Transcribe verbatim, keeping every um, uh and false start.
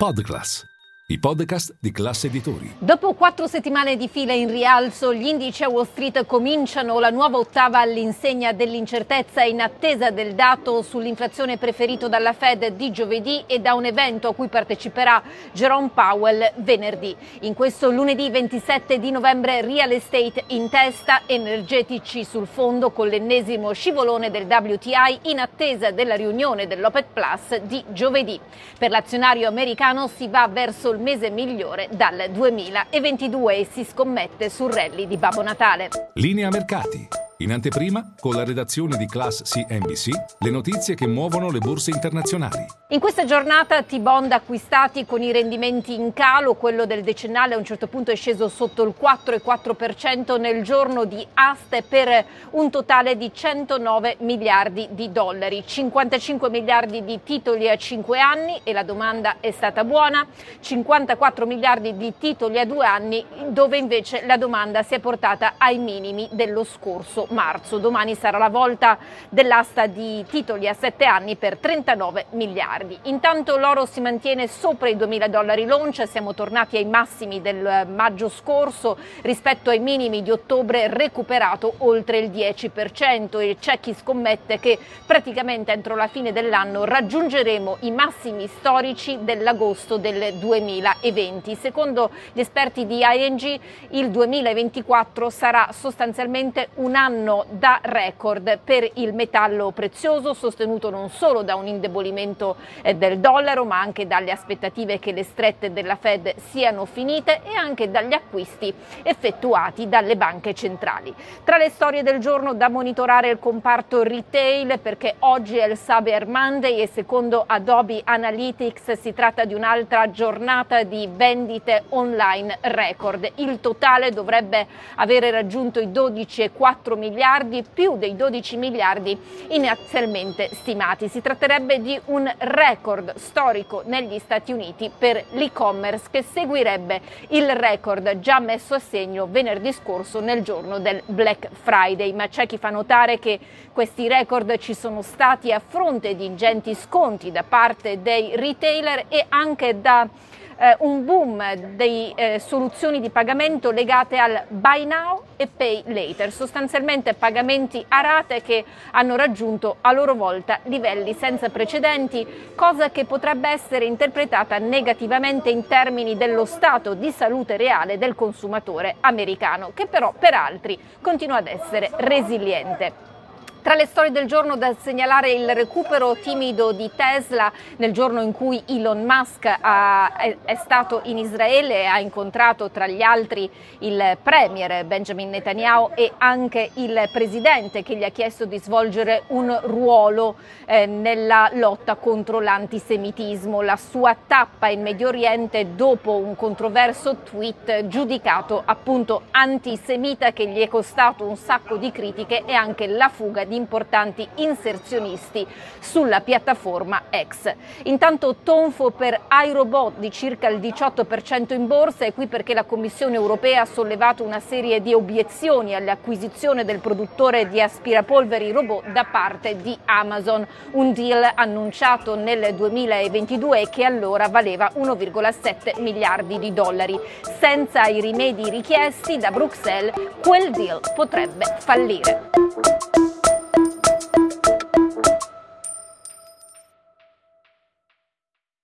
Podclass, i podcast di Class Editori. Dopo quattro settimane di fila in rialzo, gli indici a Wall Street cominciano la nuova ottava all'insegna dell'incertezza in attesa del dato sull'inflazione preferito dalla Fed di giovedì e da un evento a cui parteciperà Jerome Powell venerdì. In questo lunedì ventisette di novembre real estate in testa, energetici sul fondo con l'ennesimo scivolone del W T I in attesa della riunione dell'OPEC Plus di giovedì. Per l'azionario americano si va verso il mese migliore dal duemilaventidue e si scommette sul rally di Babbo Natale. Linea mercati. In anteprima, con la redazione di Class C N B C, le notizie che muovono le borse internazionali. In questa giornata T-bond acquistati con i rendimenti in calo, quello del decennale a un certo punto è sceso sotto il quattro virgola quattro per cento nel giorno di aste per un totale di centonove miliardi di dollari, cinquantacinque miliardi di titoli a cinque anni e la domanda è stata buona, cinquantaquattro miliardi di titoli a due anni dove invece la domanda si è portata ai minimi dello scorso marzo. Domani sarà la volta dell'asta di titoli a sette anni per trentanove miliardi. Intanto l'oro si mantiene sopra i duemila dollari l'oncia, siamo tornati ai massimi del maggio scorso rispetto ai minimi di ottobre, recuperato oltre il dieci per cento e c'è chi scommette che praticamente entro la fine dell'anno raggiungeremo i massimi storici dell'agosto del duemilaventi. Secondo gli esperti di I N G il duemilaventiquattro sarà sostanzialmente un anno da record per il metallo prezioso, sostenuto non solo da un indebolimento eh, del dollaro, ma anche dalle aspettative che le strette della Fed siano finite e anche dagli acquisti effettuati dalle banche centrali. Tra le storie del giorno da monitorare il comparto retail, perché oggi è il Cyber Monday e secondo Adobe Analytics si tratta di un'altra giornata di vendite online record. Il totale dovrebbe avere raggiunto i dodici virgola quattro miliardi, più dei dodici miliardi inizialmente stimati. Si tratterebbe di un record storico negli Stati Uniti per l'e-commerce, che seguirebbe il record già messo a segno venerdì scorso nel giorno del Black Friday. Ma c'è chi fa notare che questi record ci sono stati a fronte di ingenti sconti da parte dei retailer e anche da eh, un boom di eh, soluzioni di pagamento legate al buy now e pay later, sostanzialmente pagamenti a rate che hanno raggiunto a loro volta livelli senza precedenti, cosa che potrebbe essere interpretata negativamente in termini dello stato di salute reale del consumatore americano, che però per altri continua ad essere resiliente. Tra le storie del giorno da segnalare il recupero timido di Tesla nel giorno in cui Elon Musk ha, è, è stato in Israele e ha incontrato tra gli altri il premier Benjamin Netanyahu e anche il presidente, che gli ha chiesto di svolgere un ruolo eh, nella lotta contro l'antisemitismo. La sua tappa in Medio Oriente dopo un controverso tweet giudicato appunto antisemita che gli è costato un sacco di critiche e anche la fuga di di importanti inserzionisti sulla piattaforma X. Intanto tonfo per iRobot di circa il diciotto per cento in borsa, e qui perché la Commissione europea ha sollevato una serie di obiezioni all'acquisizione del produttore di aspirapolveri robot da parte di Amazon, un deal annunciato nel duemilaventidue e che allora valeva uno virgola sette miliardi di dollari. Senza i rimedi richiesti da Bruxelles, quel deal potrebbe fallire.